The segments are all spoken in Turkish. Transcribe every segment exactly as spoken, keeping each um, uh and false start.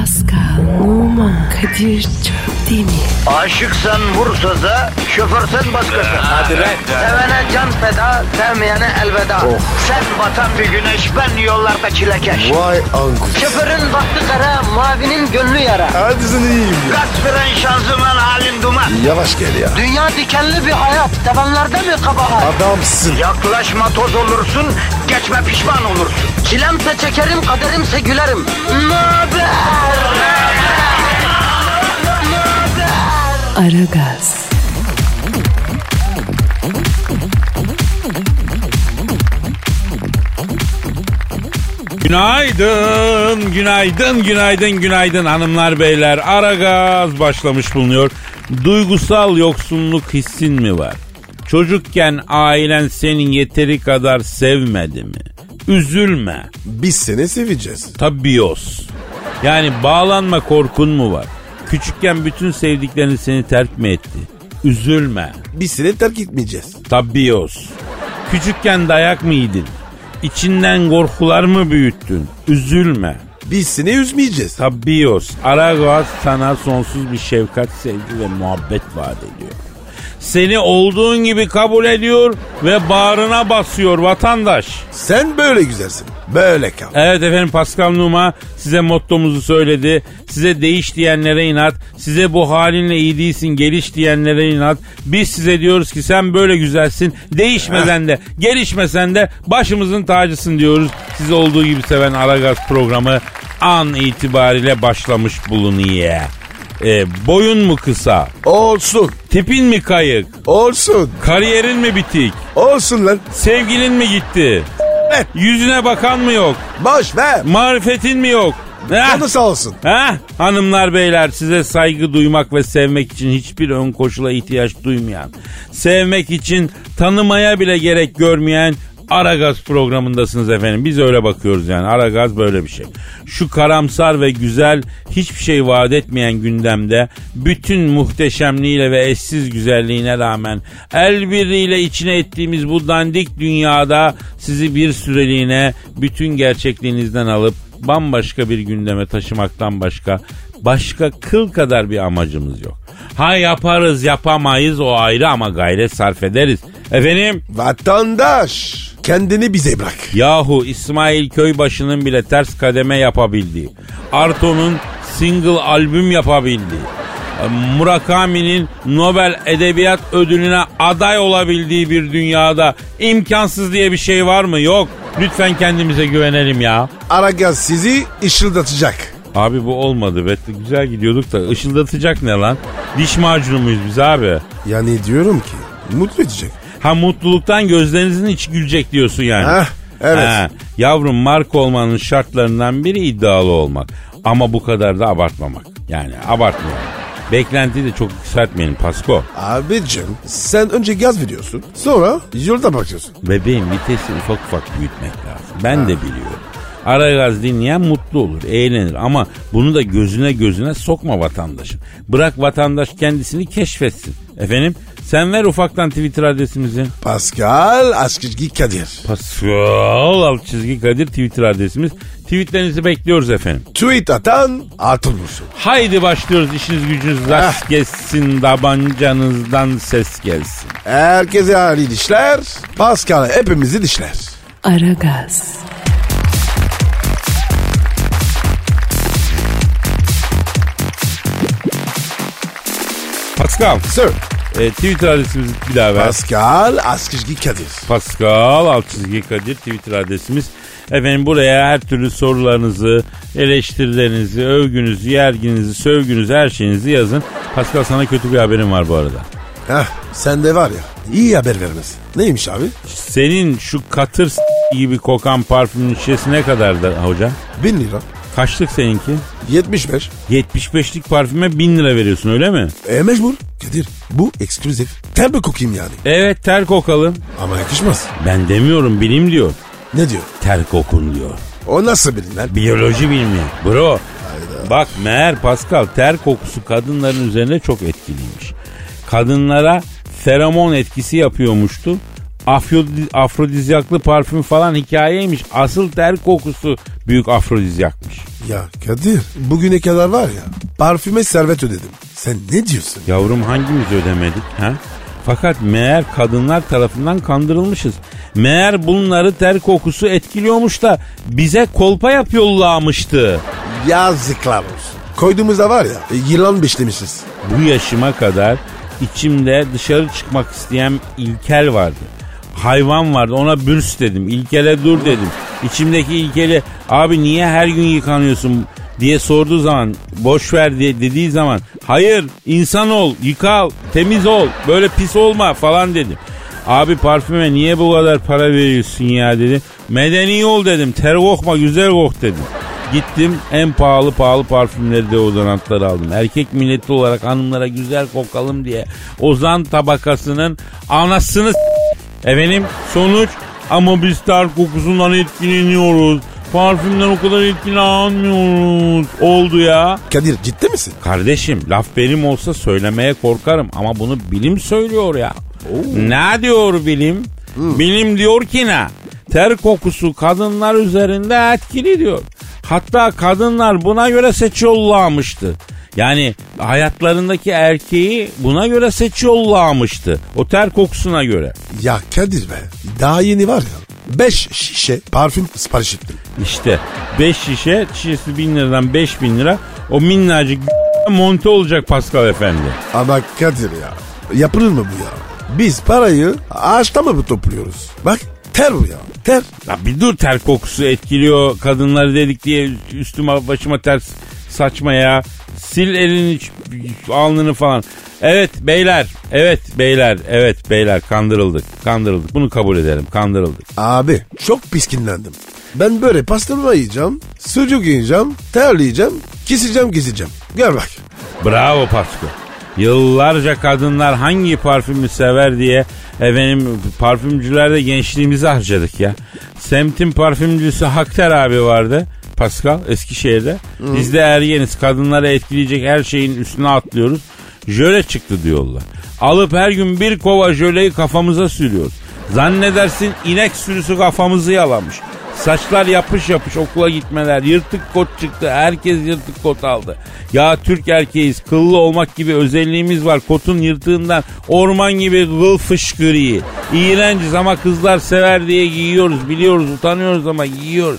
Pascal, Oman, Kadir çok değil mi? Aşıksan vursa da, şoförsen başkasın. Hadi lan. Sevene can feda, sevmeyene elveda. Oh. Sen batan bir güneş, ben yollarda çilekeş. Vay anku. Şoförün baktı kara, mavinin gönlü yara. Hadi sen iyiyim ya. Kasperen şanzıman halin duman. Yavaş gel ya. Dünya dikenli bir hayat, sevenlerde mi kabahar? Adamsın. Yaklaşma toz olursun, geçme pişman olursun. Çilemse çekerim, kaderimse gülerim. Möber! Aragaz. Günaydın, günaydın, günaydın, günaydın hanımlar beyler. Aragaz başlamış bulunuyor. Duygusal yoksunluk hissin mi var? Çocukken ailen senin yeteri kadar sevmedi mi? Üzülme. Biz seni seveceğiz. Tabios. Yani bağlanma korkun mu var? Küçükken bütün sevdiklerini seni terk mi etti? Üzülme. Biz seni terk etmeyeceğiz. Tabios. Küçükken dayak mı yedin? İçinden korkular mı büyüttün? Üzülme. Biz seni üzmeyeceğiz. Tabios. Aragaz sana sonsuz bir şefkat, sevgi ve muhabbet vaat ediyor. Seni olduğun gibi kabul ediyor ve bağrına basıyor vatandaş. Sen böyle güzelsin. Böyle kal. Evet efendim, Pascal Numa size mottomuzu söyledi. Size değiş diyenlere inat. Size bu halinle iyi değilsin, geliş diyenlere inat. Biz size diyoruz ki sen böyle güzelsin. Değişmesen de gelişmesen de başımızın tacısın diyoruz. Sizi olduğu gibi seven Aragaz programı an itibariyle başlamış bulunuyor. E, boyun mu kısa? Olsun. Tipin mi kayık? Olsun. Kariyerin mi bitik? Olsun lan. Sevgilin mi gitti? Evet. Yüzüne bakan mı yok? Boş ver. Marifetin mi yok? Canı sağ olsun. Heh, hanımlar beyler, size saygı duymak ve sevmek için hiçbir ön koşula ihtiyaç duymayan, sevmek için tanımaya bile gerek görmeyen Aragaz programındasınız efendim. Biz öyle bakıyoruz yani. Aragaz böyle bir şey. Şu karamsar ve güzel, hiçbir şey vaat etmeyen gündemde bütün muhteşemliğiyle ve eşsiz güzelliğine rağmen el birliğiyle içine ettiğimiz bu dandik dünyada sizi bir süreliğine bütün gerçekliğinizden alıp bambaşka bir gündeme taşımaktan başka başka kıl kadar bir amacımız yok. Ha yaparız yapamayız o ayrı ama gayret sarf ederiz. Efendim? Vatandaş kendini bize bırak. Yahu İsmail Köybaşı'nın bile ters kademe yapabildiği, Arto'nun single albüm yapabildiği, Murakami'nin Nobel Edebiyat Ödülü'ne aday olabildiği bir dünyada imkansız diye bir şey var mı? Yok. Lütfen kendimize güvenelim ya. Aragaz sizi ışıldatacak. Abi bu olmadı be. Güzel gidiyorduk da ışıldatacak ne lan? Diş macunu muyuz biz abi? Yani diyorum ki mutlu edecek. Ha, mutluluktan gözlerinizin içi gülecek diyorsun yani. Heh, evet. Ha, yavrum, marka olmanın şartlarından biri iddialı olmak. Ama bu kadar da abartmamak. Yani abartmayalım. Beklentiyi de çok yükseltmeyelim Pasko. Abicim sen önce gaz veriyorsun, sonra yolda bakıyorsun. Bebeğim, vitesi ufak ufak büyütmek lazım. Ben ha. de biliyorum. Aragaz dinleyen mutlu olur, eğlenir ama bunu da gözüne gözüne sokma vatandaşın. Bırak vatandaş kendisini keşfetsin. Efendim, sen ver ufaktan Twitter adresimizi. Pascal Askizgi Kadir. Pascal alt çizgi Kadir Twitter adresimiz. Tweetlerinizi bekliyoruz efendim. Tweet atan atılmışsın. Haydi başlıyoruz, işiniz gücünüz rast gelsin, tabancanızdan ses gelsin. Herkese hayırlı işler. Pascal hepimizi dişler. Aragaz. Pascal. Sir. E, Twitter adresimizi bir daha ver. Pascal Askizgi Kadir. Pascal alt çizgi Kadir Twitter adresimiz. Efendim, buraya her türlü sorularınızı, eleştirilerinizi, övgünüzü, yerginizi, sövgünüzü, her şeyinizi yazın. Pascal, sana kötü bir haberim var bu arada. Heh, sen de var ya, iyi haber vermez. Neymiş abi? Senin şu katır s- gibi kokan parfümün şişesi ne kadardı hocam? Bin lira. Kaçlık seninki? yetmiş beş. yetmiş beşlik parfüme bin lira veriyorsun, öyle mi? E mecbur. Kadir, bu ekskluzif. Ter mi kokayım yani? Evet, ter kokalım. Ama yakışmaz. Ben demiyorum, bilim diyor. Ne diyor? Ter kokun diyor. O nasıl bilim lan? Biyoloji bilimi. Bro. Hayda. Bak meğer Pascal, ter kokusu kadınların üzerine çok etkiliymiş. Kadınlara feromon etkisi yapıyormuştu. afrodi- afrodizyaklı parfüm falan hikayeymiş. Asıl ter kokusu büyük afrodizyakmış. Ya Kadir bugüne kadar var ya parfüme servet ödedim. Sen ne diyorsun? Yavrum hangimiz ödemedik ha? Fakat meğer kadınlar tarafından kandırılmışız. Meğer bunları ter kokusu etkiliyormuş da bize kolpa yapıyorlarmıştı. Yazıklar olsun. Koyduğumuzda var ya e, yılan beşlemişiz. Bu yaşıma kadar içimde dışarı çıkmak isteyen ilkel vardı. Hayvan vardı, ona bürs dedim. İlkele dur dedim. İçimdeki ilkeli abi niye her gün yıkanıyorsun diye sorduğu zaman, boş ver diye dediği zaman hayır insan ol, yıkal, temiz ol, böyle pis olma falan dedim. Abi parfüme niye bu kadar para veriyorsun ya dedi. Medeni ol dedim, ter kokma, güzel kok dedim. Gittim en pahalı pahalı parfümleri, deodorantları aldım. Erkek milleti olarak hanımlara güzel kokalım diye ozan tabakasının anasını s- efendim sonuç ama biz ter kokusundan etkileniyoruz. Parfümden o kadar etkilenmiyoruz. Oldu ya. Kadir ciddi misin? Kardeşim laf benim olsa söylemeye korkarım ama bunu bilim söylüyor ya. Oo. Ne diyor bilim? Hmm. Bilim diyor ki ne? Ter kokusu kadınlar üzerinde etkili diyor. Hatta kadınlar buna göre seçiyorlarmıştı. Yani hayatlarındaki erkeği buna göre seçiyorlarmıştı. O ter kokusuna göre. Ya Kadir be daha yeni var ya beş şişe parfüm sipariş ettim. İşte beş şişe, şişesi bin liradan beş bin lira. O minnacık monte olacak Pascal efendi. Ama Kadir ya yapılır mı bu ya? Biz parayı ağaçta mı topluyoruz? Bak ter bu ya ter. Ya bir dur, ter kokusu etkiliyor kadınları dedik diye üstüme başıma ter saçma ya. Sil elini alnını falan. Evet beyler, evet beyler, evet beyler kandırıldık, kandırıldık. Bunu kabul edelim, kandırıldık. Abi çok piskinlendim. Ben böyle pastırma yiyeceğim, sucuk yiyeceğim, terleyeceğim, keseceğim keseceğim. Gör bak. Bravo Pascal. Yıllarca kadınlar hangi parfümü sever diye efendim parfümcülerde gençliğimizi harcadık ya. Semtin parfümcüsü Hakter abi vardı Pascal Eskişehir'de. Hmm. Biz de ergeniz, kadınları etkileyecek her şeyin üstüne atlıyoruz. Jöle çıktı diyorlar. Alıp her gün bir kova jöleyi kafamıza sürüyoruz. Zannedersin inek sürüsü kafamızı yalamış. Saçlar yapış yapış, okula gitmeler, yırtık kot çıktı, herkes yırtık kot aldı. Ya Türk erkeğiz, kıllı olmak gibi özelliğimiz var. Kotun yırtığından orman gibi kıl fışkırıyor. İğrenciz ama kızlar sever diye giyiyoruz, biliyoruz, utanıyoruz ama giyiyoruz.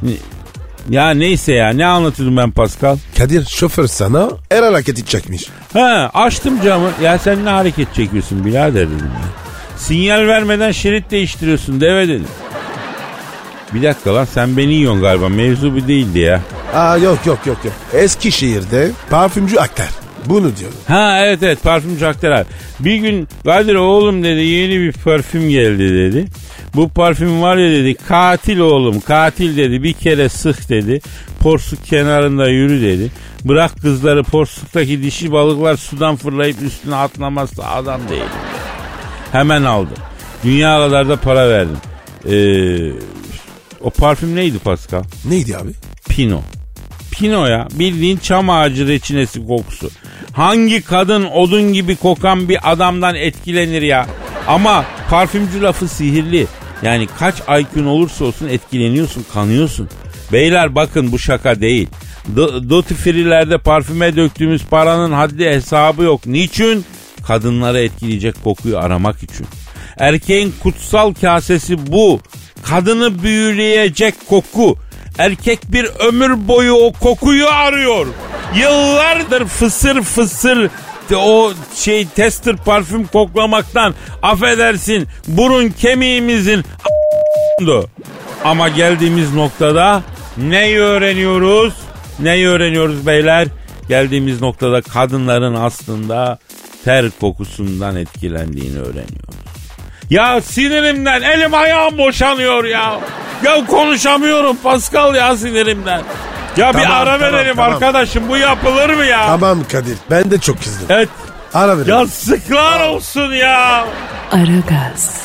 Ya neyse ya, ne anlatıyordum ben Pascal? Kadir şoför sana el hareketi çekmiş. Ha, açtım camı. Ya sen ne hareket çekiyorsun birader dedim ya. Sinyal vermeden şerit değiştiriyorsun deve dedim. Bir dakika lan, sen beni yiyorsun galiba, mevzu bu değildi ya. Aa yok yok yok yok. Eskişehir'de parfümcü Akter. Bunu diyorum. Ha evet evet parfümcü Akter abi. Bir gün Kadir oğlum dedi, yeni bir parfüm geldi dedi. Bu parfüm var ya dedi, katil oğlum katil dedi, bir kere sık dedi. Porsuk kenarında yürü dedi. Bırak kızları, porsuktaki dişi balıklar sudan fırlayıp üstüne atlamazsa adam değil. Hemen aldım. Dünya kadar da para verdim. Eee... O parfüm neydi Pascal? Neydi abi? Pino. Pino ya, bildiğin çam ağacı reçinesi kokusu. Hangi kadın odun gibi kokan bir adamdan etkilenir ya? Ama parfümcü lafı sihirli. Yani kaç I Q'un olursa olsun etkileniyorsun, kanıyorsun. Beyler bakın bu şaka değil. D- Duty free'lerde parfüme döktüğümüz paranın haddi hesabı yok. Niçin? Kadınları etkileyecek kokuyu aramak için. Erkeğin kutsal kasesi bu. Kadını büyüleyecek koku. Erkek bir ömür boyu o kokuyu arıyor. Yıllardır fısır fısır o şey tester parfüm koklamaktan affedersin burun kemiğimizin a***du. Ama geldiğimiz noktada neyi öğreniyoruz? Neyi öğreniyoruz beyler? Geldiğimiz noktada kadınların aslında ter kokusundan etkilendiğini öğreniyoruz. Ya sinirimden elim ayağım boşanıyor ya. Ya konuşamıyorum Pascal ya sinirimden. Ya tamam, bir ara tamam, verelim tamam. Arkadaşım, bu yapılır mı ya? Tamam Kadir, ben de çok kızdım. Evet. Ara verelim. Ya sıklar olsun ya. Aragaz.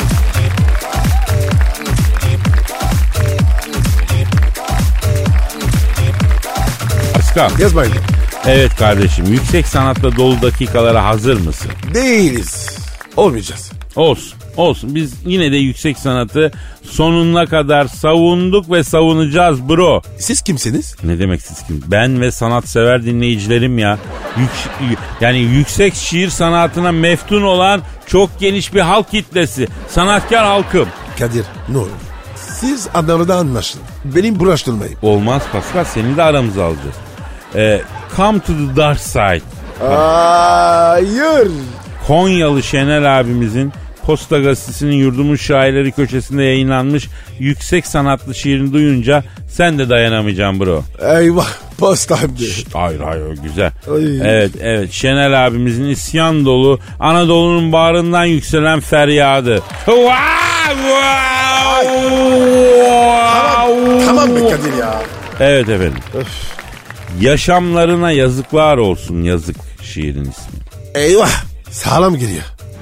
Pascal. Yaz bayım. Evet kardeşim, yüksek sanatla dolu dakikalara hazır mısın? Değiliz. Olmayacağız. Olsun. Olsun, biz yine de yüksek sanatı sonuna kadar savunduk ve savunacağız bro. Siz kimsiniz? Ne demek siz kim? Ben ve sanatsever dinleyicilerim ya. Yük, yani yüksek şiir sanatına meftun olan çok geniş bir halk kitlesi. Sanatkar halkım. Kadir ne olur. Siz adamı da anlaşın. Benim bulaştırmayın. Olmaz Pascal, seni de aramıza alacağız. Ee, come to the dark side. Hayır. Konyalı Şener abimizin Posta Gazetesi'nin Yurdumun Şairleri köşesinde yayınlanmış yüksek sanatlı şiirini duyunca sen de dayanamayacaksın bro. Eyvah, posta hem de. Şşt, hayır hayır, güzel. Ay. Evet evet, Şener abimizin isyan dolu Anadolu'nun bağrından yükselen feryadı. Wow, wow, Tamam, tamam be Kadir ya. Evet efendim. Yaşamlarına yazıklar olsun, yazık şiirin ismi. Eyvah, sağlam giriyor.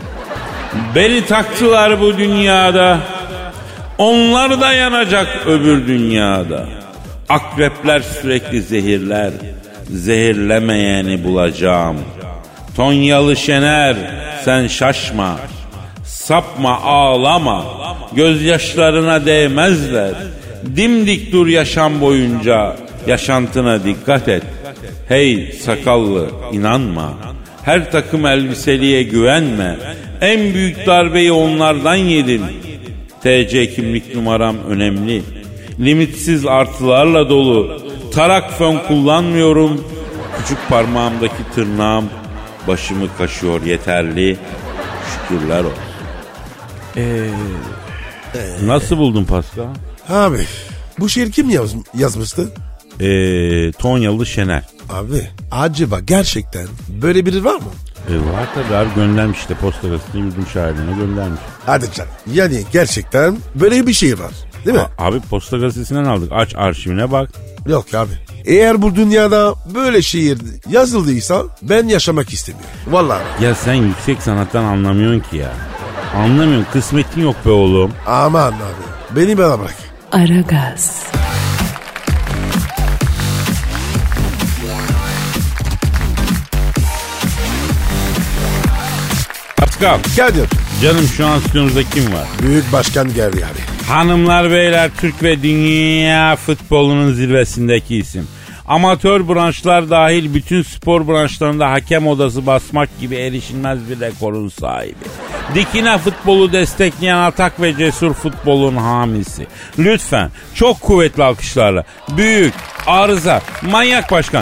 Beni taktılar bu dünyada, onlar da yanacak öbür dünyada. Akrepler sürekli zehirler, zehirlemeyeni bulacağım. Tonyalı Şener, sen şaşma, sapma, ağlama, gözyaşlarına değmezler. Dimdik dur yaşam boyunca, yaşantına dikkat et. Hey sakallı, inanma, her takım elbiseliye güvenme. En büyük darbeyi onlardan yedin. T C kimlik numaram önemli. Limitsiz artılarla dolu. Tarak fön kullanmıyorum. Küçük parmağımdaki tırnağım başımı kaşıyor yeterli. Şükürler olsun. Ee, nasıl buldun Pascal? Abi, bu şiir kim yaz, yazmıştı? Ee, Tonyalı Şener. Abi, acaba gerçekten böyle biri var mı? E var tabii abi, göndermiş işte, Posta Gazetesi'nin Yurdum Şairliğine göndermiş. Hadi canım. Yani gerçekten böyle bir şey var. Değil mi? A- abi Posta Gazetesi'nden aldık. Aç arşivine bak. Yok abi. Eğer bu dünyada böyle şiir yazıldıysa ben yaşamak istemiyorum. Vallahi. Ya sen yüksek sanattan anlamıyorsun ki ya. Anlamıyorsun. Kısmetin yok be oğlum. Aman abi. Beni bana bırak. Aragaz. Pascal. Kadir. Canım, şu an stüdyomuzda kim var? Büyük başkan geldi abi. Hanımlar beyler, Türk ve dünya futbolunun zirvesindeki isim. Amatör branşlar dahil bütün spor branşlarında hakem odası basmak gibi erişilmez bir rekorun sahibi. Dikine futbolu destekleyen atak ve cesur futbolun hamisi. Lütfen çok kuvvetli alkışlarla büyük, arıza, manyak başkan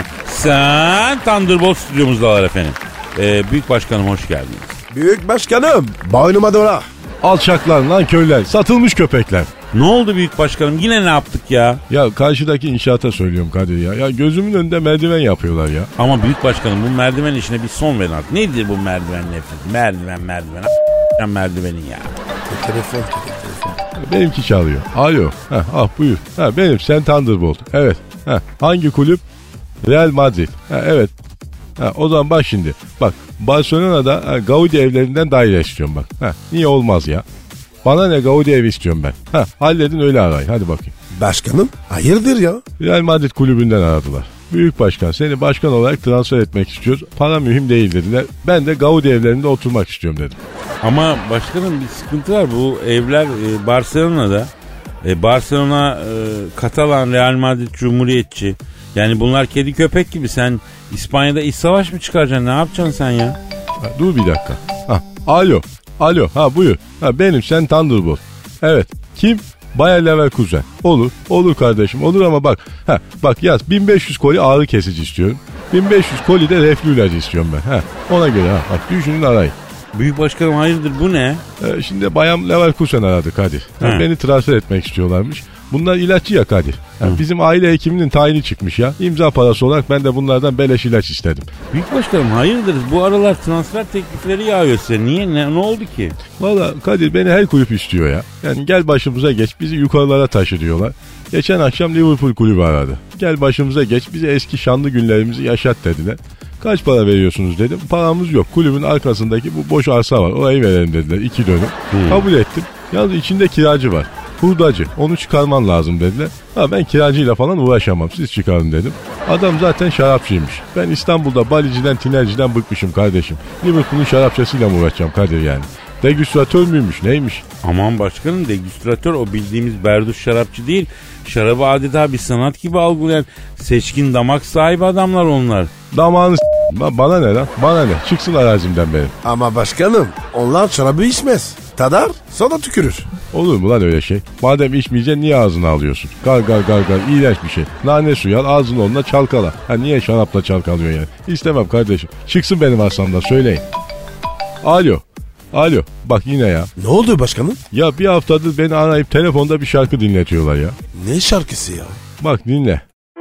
sen Thunderbolt stüdyomuzdalar efendim. Ee, büyük başkanım, hoş geldiniz. Büyük başkanım. Boynuma dola. Alçaklar, nankörler, satılmış köpekler. Ne oldu büyük başkanım? Yine ne yaptık ya? Ya karşıdaki inşaata söylüyorum Kadir ya. Ya gözümün önünde merdiven yapıyorlar ya. Ama büyük başkanım, bu merdiven işine bir son verin artık. Nedir bu merdiven nefreti? Merdiven merdiven. A- merdivenin ya. Telefon, telefon. Benimki çalıyor. Alo. Heh, ah buyur. Ha, benim sen Thunderbolt. Evet. Ha, hangi kulüp? Real Madrid. Ha, evet. Ha, o zaman bak şimdi. Bak Barcelona'da ha, Gaudi evlerinden daire istiyorum bak. Ha, niye olmaz ya? Bana ne, Gaudi evi istiyorum ben. Ha, halledin öyle arayın. Hadi bakayım. Başkanım hayırdır ya? Real Madrid kulübünden aradılar. Büyük başkan, seni başkan olarak transfer etmek istiyoruz. Para mühim değil dediler. Ben de Gaudi evlerinde oturmak istiyorum dedim. Ama başkanım bir sıkıntı var. Bu evler e, Barcelona'da. E, Barcelona e, Katalan, Real Madrid Cumhuriyetçi. Yani bunlar kedi köpek gibi. Sen İspanya'da iç savaş mı çıkaracaksın? Ne yapacaksın sen ya? Ha, dur bir dakika. Ha, alo. Alo. Ha buyur. Ha, benim sen Thunderbolt. Evet. Kim? Bayer Leverkusen. Olur. Olur kardeşim. Olur ama bak. Ha, bak yaz. bin beş yüz koli ağrı kesici istiyorum. bin beş yüz koli de reflü ilacı istiyorum ben. Ha, ona göre ha. Bak düşünün arayın. Büyük başkanım hayırdır, bu ne? Ee, şimdi Bayan Leverkusen aradı Kadir. Ha, beni transfer etmek istiyorlarmış. Bunlar ilaççı ya Kadir. Ha, bizim aile hekiminin tayini çıkmış ya. İmza parası olarak ben de bunlardan beleş ilaç istedim. Büyük başkanım hayırdır, bu aralar transfer teklifleri yağıyor size. Niye, ne, ne oldu ki? Valla Kadir, beni her kulüp istiyor ya. Yani gel başımıza geç, bizi yukarılara taşı diyorlar. Geçen akşam Liverpool kulübü aradı. Gel başımıza geç, bize eski şanlı günlerimizi yaşat dediler. Kaç para veriyorsunuz dedim. Paramız yok. Kulübün arkasındaki bu boş arsa var. Orayı verelim dediler. İki dönüm. Hmm. Kabul ettim. Yalnız içinde kiracı var. Hurdacı. Onu çıkarman lazım dediler. Ha, ben kiracıyla falan uğraşamam. Siz çıkarın dedim. Adam zaten şarapçıymış. Ben İstanbul'da baliciden, tinerciden bıkmışım kardeşim. Liverpool'un şarapçasıyla mı uğraşacağım Kadir yani? Degüstratör müymüş neymiş? Aman başkanım, degüstratör o bildiğimiz berduş şarapçı değil. Şarabı adeta bir sanat gibi algılayan seçkin damak sahibi adamlar onlar. Damağını s- bana ne lan? Bana ne? Çıksın arazimden benim. Ama başkanım onlar şarabı içmez. Tadar sonra tükürür. Olur mu lan öyle şey? Madem içmeyeceksin niye ağzına alıyorsun? Gar gar gar gar iğrenç bir şey. Nane suyu al ağzını onunla çalkala. Ha niye şarapla çalkalıyor yani? İstemem kardeşim. Çıksın benim arsamdan söyleyin. Alo. Alo. Bak yine ya. Ne oldu başkanım? Ya bir haftadır beni arayıp telefonda bir şarkı dinletiyorlar ya. Ne şarkısı ya? Bak dinle.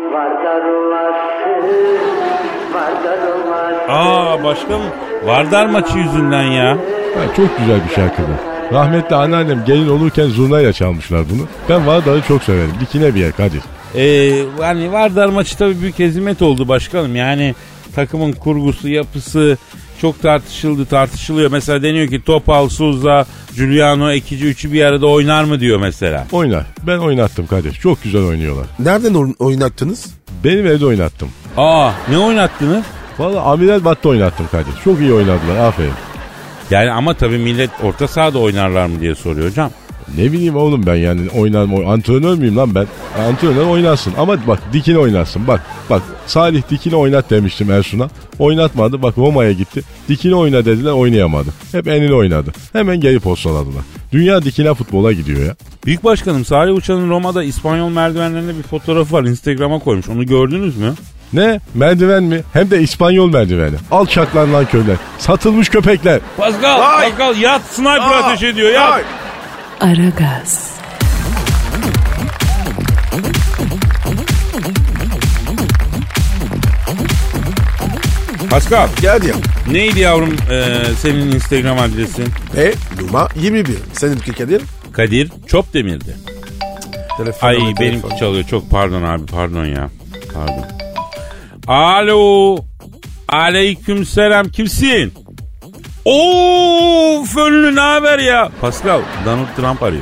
Aa başkanım, Vardar maçı yüzünden ya. Ha, çok güzel bir şarkı bu. Rahmetli anneannem gelin olurken zurnayla çalmışlar bunu. Ben Vardar'ı çok severim. Dikine bir yer Kadir. Ee, hani Vardar maçı tabii büyük hezimet oldu başkanım. Yani takımın kurgusu, yapısı çok tartışıldı, tartışılıyor. Mesela deniyor ki Topal, Souza, Giuliano, Ekici üçü bir arada oynar mı diyor mesela. Oynar. Ben oynattım Kadir. Çok güzel oynuyorlar. Nereden oyn- oynattınız? Benim evde oynattım. Aa, ne oynattınız? Valla Amiral Bat'ta oynattım Kadir. Çok iyi oynadılar. Aferin. Yani ama tabii millet orta sahada oynarlar mı diye soruyor hocam. Ne bileyim oğlum ben yani oynar mı? Antrenör müyüm lan ben? Antrenör oynarsın ama bak dikine oynarsın. Bak bak Salih dikine oynat demiştim Ersun'a. Oynatmadı. Bak Roma'ya gitti. Dikine oyna dediler oynayamadı. Hep enini oynadı. Hemen geri postaladılar. Dünya dikine futbola gidiyor ya. Büyük başkanım Salih Uçan'ın Roma'da İspanyol merdivenlerinde bir fotoğrafı var. Instagram'a koymuş. Onu gördünüz mü? Ne? Merdiven mi? Hem de İspanyol merdiveni. Alçaklar lan köyler. Satılmış köpekler. Pascal, Ay! Pascal yat, sniper Aa! ateş ediyor yat. Ay! Aragaz, Pascal, Geldi ya. neydi yavrum e, senin Instagram adresin? E numara yirmi bir. Seninki Kadir? Kadir Çopdemir'di. Telefon Ay ama benimki telefon. çalıyor. Çok pardon abi, pardon ya. Pardon. Alo. Aleyküm selam. Kimsin? Oo, Fönlü ne haber ya? Pascal, Donald Trump arıyor.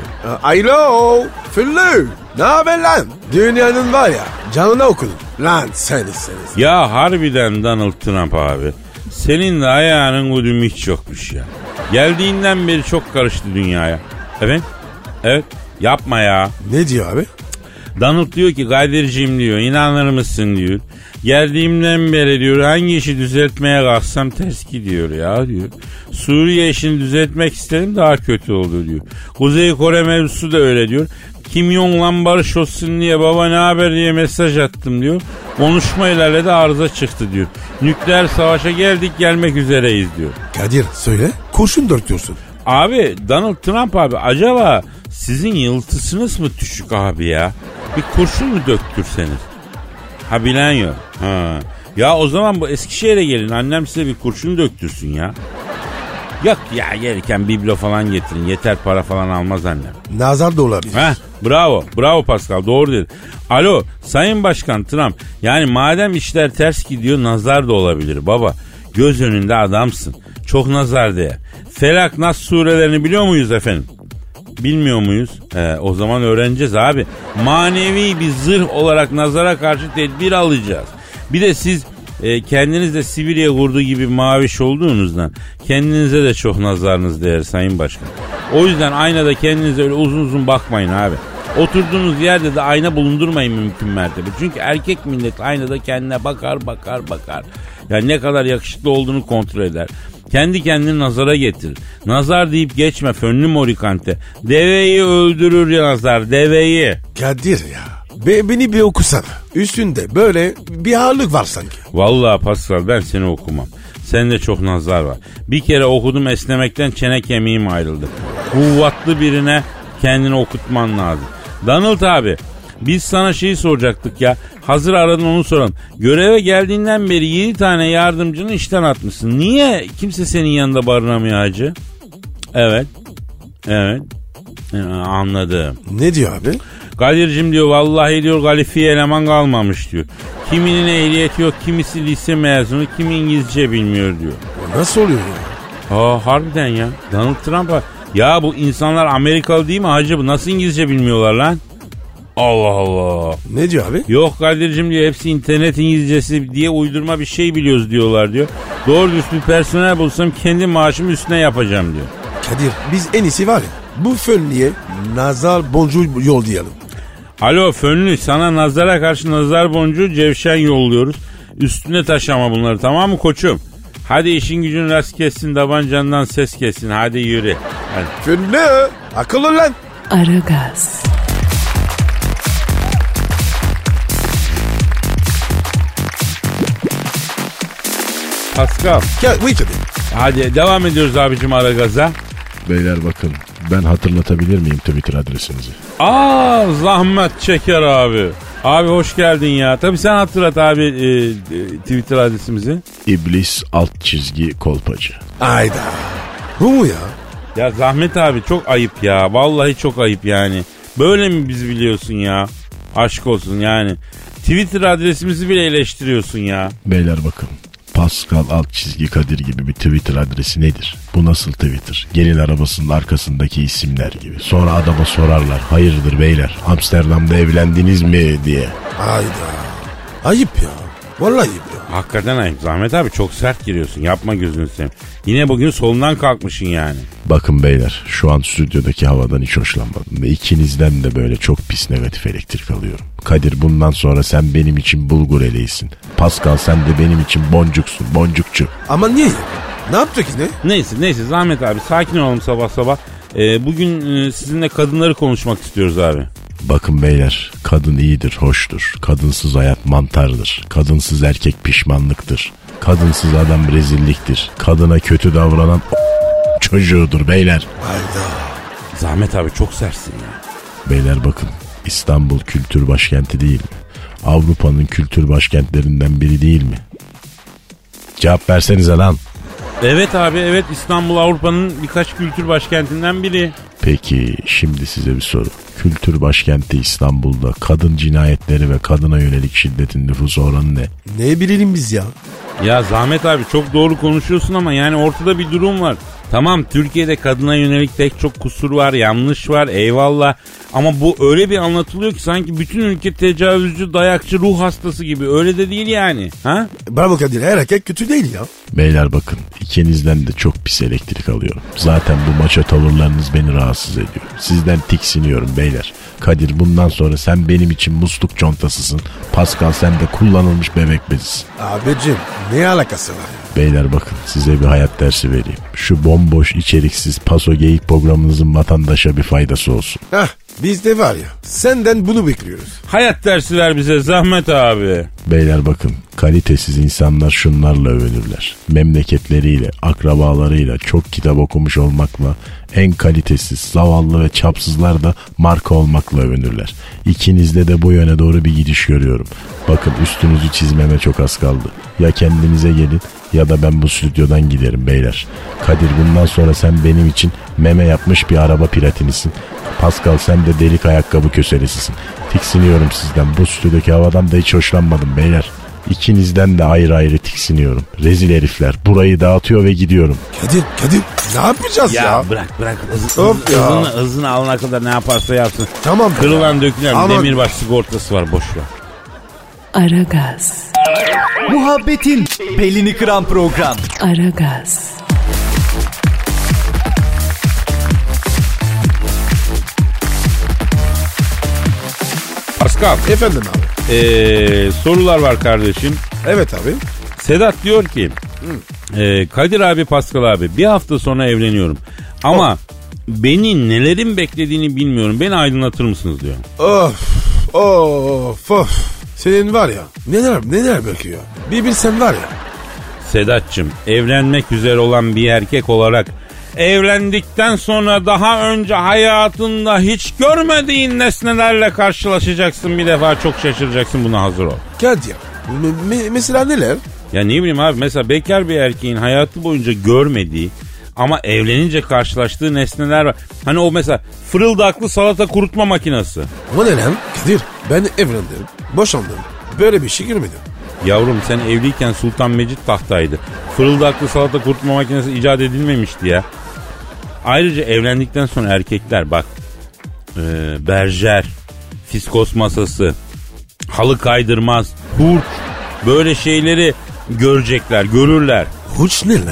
Alo. Füllü. Ne haber lan? Dünyanın var ya canına okudum. Lan seni seni. Ya harbiden Donald Trump abi. Senin de ayağının udum hiç yokmuş ya. Geldiğinden beri çok karıştı dünyaya. Evet. Evet. Yapma ya. Ne diyor abi? Donald diyor ki Kadir'cim diyor, inanır mısın diyor. Geldiğimden beri diyor hangi işi düzeltmeye kalksam ters gidiyor ya diyor. Suriye işini düzeltmek istedim daha kötü oldu diyor. Kuzey Kore mevzusu da öyle diyor. Kim Jong'la barış olsun diye baba ne haber diye mesaj attım diyor. Konuşma ilerledi arıza çıktı diyor. Nükleer savaşa geldik gelmek üzereyiz diyor. Kadir söyle. Kurşun dörtüyorsun. Abi Donald Trump abi acaba sizin yıldızınız mı düşük abi ya? Bir kurşun mu döktürseniz? Ha bilen yok. Ha. Ya o zaman bu Eskişehir'e gelin annem size bir kurşun döktürsün ya. Yok ya gelirken biblo falan getirin yeter para falan almaz annem. Nazar da olabilir. Heh, bravo bravo Pascal doğru dedi. Alo Sayın Başkan Trump yani madem işler ters gidiyor nazar da olabilir baba. Göz önünde adamsın. Çok nazar değer. Felak Nas surelerini biliyor muyuz efendim? Bilmiyor muyuz? Ee, o zaman öğreneceğiz abi. Manevi bir zırh olarak nazara karşı tedbir alacağız. Bir de siz e, kendiniz de Sibirya kurdu gibi maviş olduğunuzdan kendinize de çok nazarınız değer Sayın Başkan. O yüzden aynada kendinize öyle uzun uzun bakmayın abi. Oturduğunuz yerde de ayna bulundurmayın mümkün mertebe. Çünkü erkek millet aynada kendine bakar bakar bakar. Yani ne kadar yakışıklı olduğunu kontrol eder. Kendi kendini nazara getirir. Nazar deyip geçme Fönlü Morikante. Deveyi öldürür ya nazar deveyi. Kadir ya. Be, beni bir okusana. Üstünde böyle bir ağırlık var sanki. Vallahi Pascal ben seni okumam. Sende çok nazar var. Bir kere okudum esnemekten çene kemiğim ayrıldı. Kuvvetli birine kendini okutman lazım. Donald abi biz sana şeyi soracaktık ya. Hazır aradın onu soralım. Göreve geldiğinden beri yedi tane yardımcını işten atmışsın. Niye kimse senin yanında barınamıyor hacı? Evet. Evet. Ee, anladım. Ne diyor abi? Kadir'cim diyor vallahi diyor kalifiye eleman kalmamış diyor. Kiminin ehliyeti yok, kimisi lise mezunu, kimi İngilizce bilmiyor diyor. O nasıl oluyor ya? Aa harbiden ya. Donald Trump'a ya bu insanlar Amerikalı değil mi hacı? Bu nasıl İngilizce bilmiyorlar lan? Allah Allah. Ne diyor abi? Yok Kadir'cim diyor hepsi internet İngilizcesi diye uydurma bir şey biliyoruz diyorlar diyor. Doğru düz bir personel bulsam kendi maaşımı üstüne yapacağım diyor. Kadir biz en iyisi var ya bu fönlüye nazar boncuğu yollayalım. Alo Fönlü, sana nazara karşı nazar boncuğu cevşen yolluyoruz. Üstüne taşıma bunları, tamam mı koçum? Hadi işin gücün rast kessin, tabancandan ses kessin, hadi yürü. Hadi. Fönlü akıllı lan. Aragaz. Pascal. Gel buyur Kadir. Hadi devam ediyoruz abicim Aragaz'a. Beyler bakın, ben hatırlatabilir miyim Twitter adresinizi? Aa, zahmet çeker abi. Abi hoş geldin ya. Tabii sen hatırlat abi e, e, Twitter adresimizi. İblis alt çizgi kolpacı. Ayda. Bu mu ya? Ya Zahmet abi çok ayıp ya. Vallahi çok ayıp yani. Böyle mi bizi biliyorsun ya? Aşk olsun yani. Twitter adresimizi bile eleştiriyorsun ya. Beyler bakın, Pascal alt çizgi Kadir gibi bir Twitter adresi nedir? Bu nasıl Twitter? Gelin arabasının arkasındaki isimler gibi. Sonra adama sorarlar, hayırdır beyler Amsterdam'da evlendiniz mi diye. Ayda. Ayıp ya. Vallahi ayıp ya. Hakikaten ayıp Zahmet abi, çok sert giriyorsun. Yapma gözünü seveyim. Yine bugün solundan kalkmışsın yani. Bakın beyler, şu an stüdyodaki havadan hiç hoşlanmadım. Ve ikinizden de böyle çok pis negatif elektrik alıyorum. Kadir bundan sonra sen benim için bulgur eleysin. Pascal sen de benim için boncuksun, boncukçu. Ama niye ya? Ne yaptık yine? Neyse neyse Zahmet abi sakin olalım sabah sabah. Ee, bugün e, sizinle kadınları konuşmak istiyoruz abi. Bakın beyler, kadın iyidir, hoştur. Kadınsız hayat mantardır. Kadınsız erkek pişmanlıktır. Kadınsız adam rezilliktir. Kadına kötü davranan çocuğudur beyler. Ayda. Zahmet abi çok sertsin ya. Beyler bakın, İstanbul kültür başkenti değil mi? Avrupa'nın kültür başkentlerinden biri değil mi? Cevap versenize lan. Evet abi evet, İstanbul Avrupa'nın birkaç kültür başkentinden biri. Peki şimdi size bir soru. Kültür başkenti İstanbul'da kadın cinayetleri ve kadına yönelik şiddetin nüfus oranı ne? Ne bilelim biz ya? Ya Zahmet abi çok doğru konuşuyorsun ama yani ortada bir durum var. Tamam, Türkiye'de kadına yönelik pek çok kusur var, yanlış var, eyvallah. Ama bu öyle bir anlatılıyor ki sanki bütün ülke tecavüzcü, dayakçı, ruh hastası gibi. Öyle de değil yani. Ha? Bravo Kadir, her erkek kötü değil ya. Beyler bakın, ikinizden de çok pis elektrik alıyorum. Zaten bu maço tavırlarınız beni rahatsız ediyor. Sizden tiksiniyorum beyler. Kadir bundan sonra sen benim için musluk contasısın. Pascal sen de kullanılmış bebek bezisin. Abicim ne alakası var ya? Beyler bakın, size bir hayat dersi vereyim. Şu bomboş içeriksiz paso geyik programınızın vatandaşa bir faydası olsun. Hah, biz de var ya senden bunu bekliyoruz. Hayat dersi ver bize Zahmet abi. Beyler bakın, kalitesiz insanlar şunlarla övünürler. Memleketleriyle, akrabalarıyla çok kitap okumuş olmakla, en kalitesiz, zavallı ve çapsızlar da marka olmakla övünürler. İkinizde de bu yöne doğru bir gidiş görüyorum. Bakın üstünüzü çizmeme çok az kaldı. Ya kendinize gelin ya da ben bu stüdyodan giderim beyler. Kadir bundan sonra sen benim için meme yapmış bir araba piratinisin. Pascal sen de delik ayakkabı köselesisin. Tiksiniyorum sizden. Bu stüdyodaki havadan da hiç hoşlanmadım beyler. İkinizden de ayrı ayrı tiksiniyorum. Rezil herifler. Burayı dağıtıyor ve gidiyorum. Kadir, Kadir ne yapacağız ya? Ya bırak bırak. Hız, Of hız, ya. hızını, hızını alana kadar ne yaparsa yapsın. Tamam. Kırılan dökülen Aman. demirbaş sigortası var, boş ver. Aragaz. Muhabbetin belini kıran program. Aragaz. Pascal, Efendim abi. ee, sorular var kardeşim. Evet abi. Sedat diyor ki e, Kadir abi, Pascal abi, bir hafta sonra evleniyorum. Ama beni nelerin beklediğini bilmiyorum. Beni aydınlatır mısınız diyor. Of of of. Senin var ya neler neler bekliyor. Bir bilsen var ya. Sedat'cığım, evlenmek üzere olan bir erkek olarak evlendikten sonra daha önce hayatında hiç görmediğin nesnelerle karşılaşacaksın. Bir defa çok şaşıracaksın, buna hazır ol. Kadir me- me- mesela neler? Ya ne bileyim abi, mesela bekar bir erkeğin hayatı boyunca görmediği ama evlenince karşılaştığı nesneler var. Hani o mesela fırıldaklı salata kurutma makinesi. O ne lan? Kadir ben evlendim, boşandım. Böyle bir şey görmedim. Yavrum sen evliyken Sultan Mecid tahtaydı. Fırıldaklı salata kurutma makinesi icat edilmemişti ya. Ayrıca evlendikten sonra erkekler bak e, berjer, fiskos masası, halı kaydırmaz, hurç, böyle şeyleri görecekler, görürler. Huç ne lan?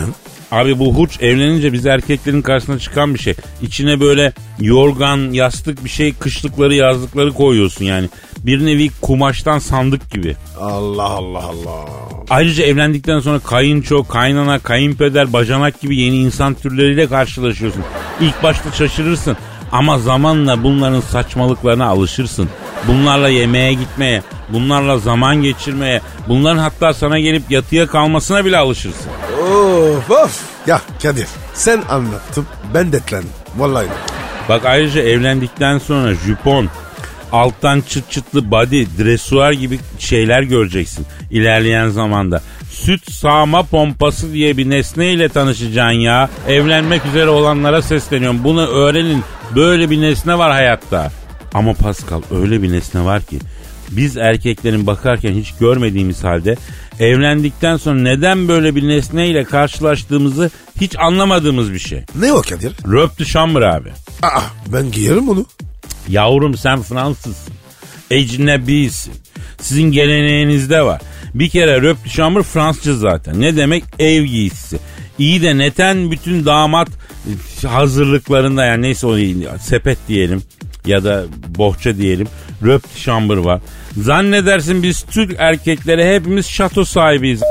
Abi bu hurç evlenince biz erkeklerin karşısına çıkan bir şey. İçine böyle yorgan, yastık bir şey, kışlıkları, yazlıkları koyuyorsun yani. Bir nevi kumaştan sandık gibi. Allah Allah Allah. Ayrıca evlendikten sonra kayınço, kaynana, kayınpeder, bacanak gibi yeni insan türleriyle karşılaşıyorsun. İlk başta şaşırırsın ama zamanla bunların saçmalıklarına alışırsın. Bunlarla yemeğe gitmeye, bunlarla zaman geçirmeye, bunların hatta sana gelip yatıya kalmasına bile alışırsın. Of of. Ya Kadir sen anlattın ben detlendim. Vallahi. Bak ayrıca evlendikten sonra jupon, alttan çıt çıtlı body, dresuar gibi şeyler göreceksin ilerleyen zamanda. Süt sağma pompası diye bir nesneyle tanışacaksın ya. Evlenmek üzere olanlara sesleniyorum. Bunu öğrenin. Böyle bir nesne var hayatta. Ama Pascal öyle bir nesne var ki biz erkeklerin bakarken hiç görmediğimiz halde evlendikten sonra neden böyle bir nesneyle karşılaştığımızı hiç anlamadığımız bir şey. Ne o Kadir? Robe de chambre abi. Aa, ben giyerim onu. Yavrum sen Fransızsın. Ecnebisin. Sizin geleneğinizde var. Bir kere robe de chambre Fransızca zaten. Ne demek? Ev giysisi. İyi de neden bütün damat hazırlıklarında yani neyse o sepet diyelim ya da bohça diyelim robe de chambre var. Zannedersin biz Türk erkekleri hepimiz şato sahibiyiz.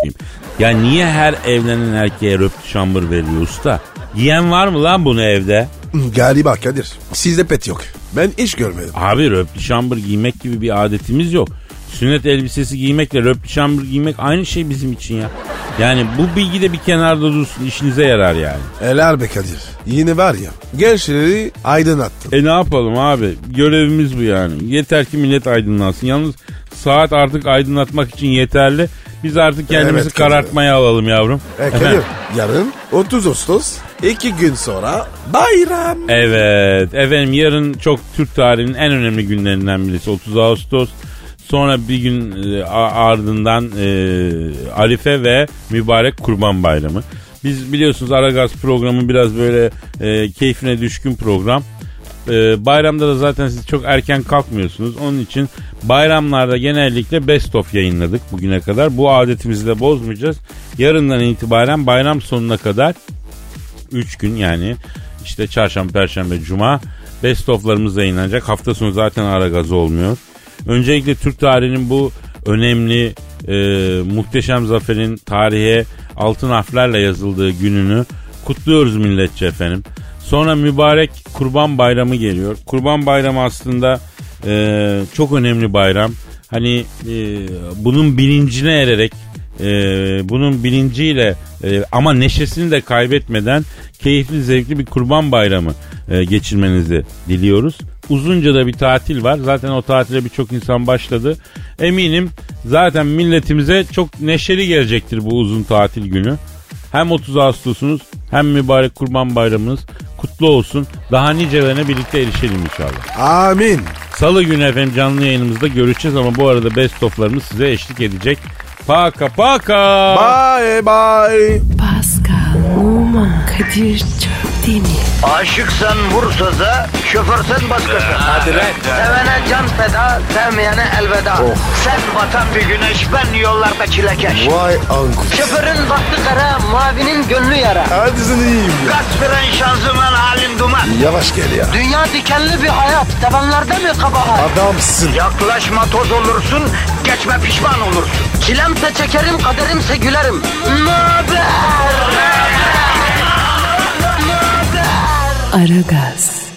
Ya niye her evlenen erkeğe robe de chambre veriyor usta? Giyen var mı lan bunu evde? Galiba Kadir. Sizde pet yok. Ben hiç görmedim. Abi robe de chambre giymek gibi bir adetimiz yok. Sünnet elbisesi giymekle robe de chambre giymek aynı şey bizim için ya. Yani bu bilgi de bir kenarda dursun, işinize yarar yani. Helal be Kadir. Yine var ya gençleri aydınlattın. E ne yapalım abi, görevimiz bu yani. Yeter ki millet aydınlansın. Yalnız saat artık aydınlatmak için yeterli. Biz artık kendimizi evet, karartmaya alalım yavrum. E Kadir yarın otuz Ağustos iki gün sonra bayram. Evet efendim, yarın çok Türk tarihinin en önemli günlerinden birisi otuz Ağustos. Sonra bir gün e, ardından e, Arife ve mübarek Kurban Bayramı. Biz biliyorsunuz Aragaz programı biraz böyle e, keyfine düşkün program. E, bayramda da zaten siz çok erken kalkmıyorsunuz. Onun için bayramlarda genellikle best of yayınladık bugüne kadar. Bu adetimizi de bozmayacağız. Yarından itibaren bayram sonuna kadar üç gün yani işte çarşamba, perşembe, cuma best of'larımız yayınlanacak. Hafta sonu zaten Aragaz olmuyor. Öncelikle Türk tarihinin bu önemli e, muhteşem zaferin tarihe altın harflerle yazıldığı gününü kutluyoruz milletçe efendim. Sonra mübarek Kurban Bayramı geliyor. Kurban Bayramı aslında e, çok önemli bayram. Hani e, bunun bilincine ererek e, bunun bilinciyle e, ama neşesini de kaybetmeden keyifli zevkli bir Kurban Bayramı e, geçirmenizi diliyoruz. Uzunca da bir tatil var. Zaten o tatile birçok insan başladı. Eminim zaten milletimize çok neşeli gelecektir bu uzun tatil günü. Hem otuz Ağustos'unuz hem mübarek Kurban Bayramınız kutlu olsun. Daha nicelerine birlikte erişelim inşallah. Amin. Salı günü efendim canlı yayınımızda görüşeceğiz ama bu arada best of'larımız size eşlik edecek. Paka paka. Bye bye. Pascal, Oman, Kadir çok değil mi? Aşıksan vursa da şoförsen başkasın. Hadi lan. Sevene can feda, sevmeyene elveda. Sen batan bir güneş, ben yollarda çilekeş. Vay anku. Şoförün baktı kara, mavinin gönlü yara. Hadi sen iyiyim ya. Kasperen şanzıman halin duman. Yavaş gel ya. Dünya dikenli bir hayat, sevenlerde mi kabahar? Adamsın. Yaklaşma toz olursun, geçme pişman olursun. Çilemse çekerim, kaderimse gülerim. Möber! Aragaz.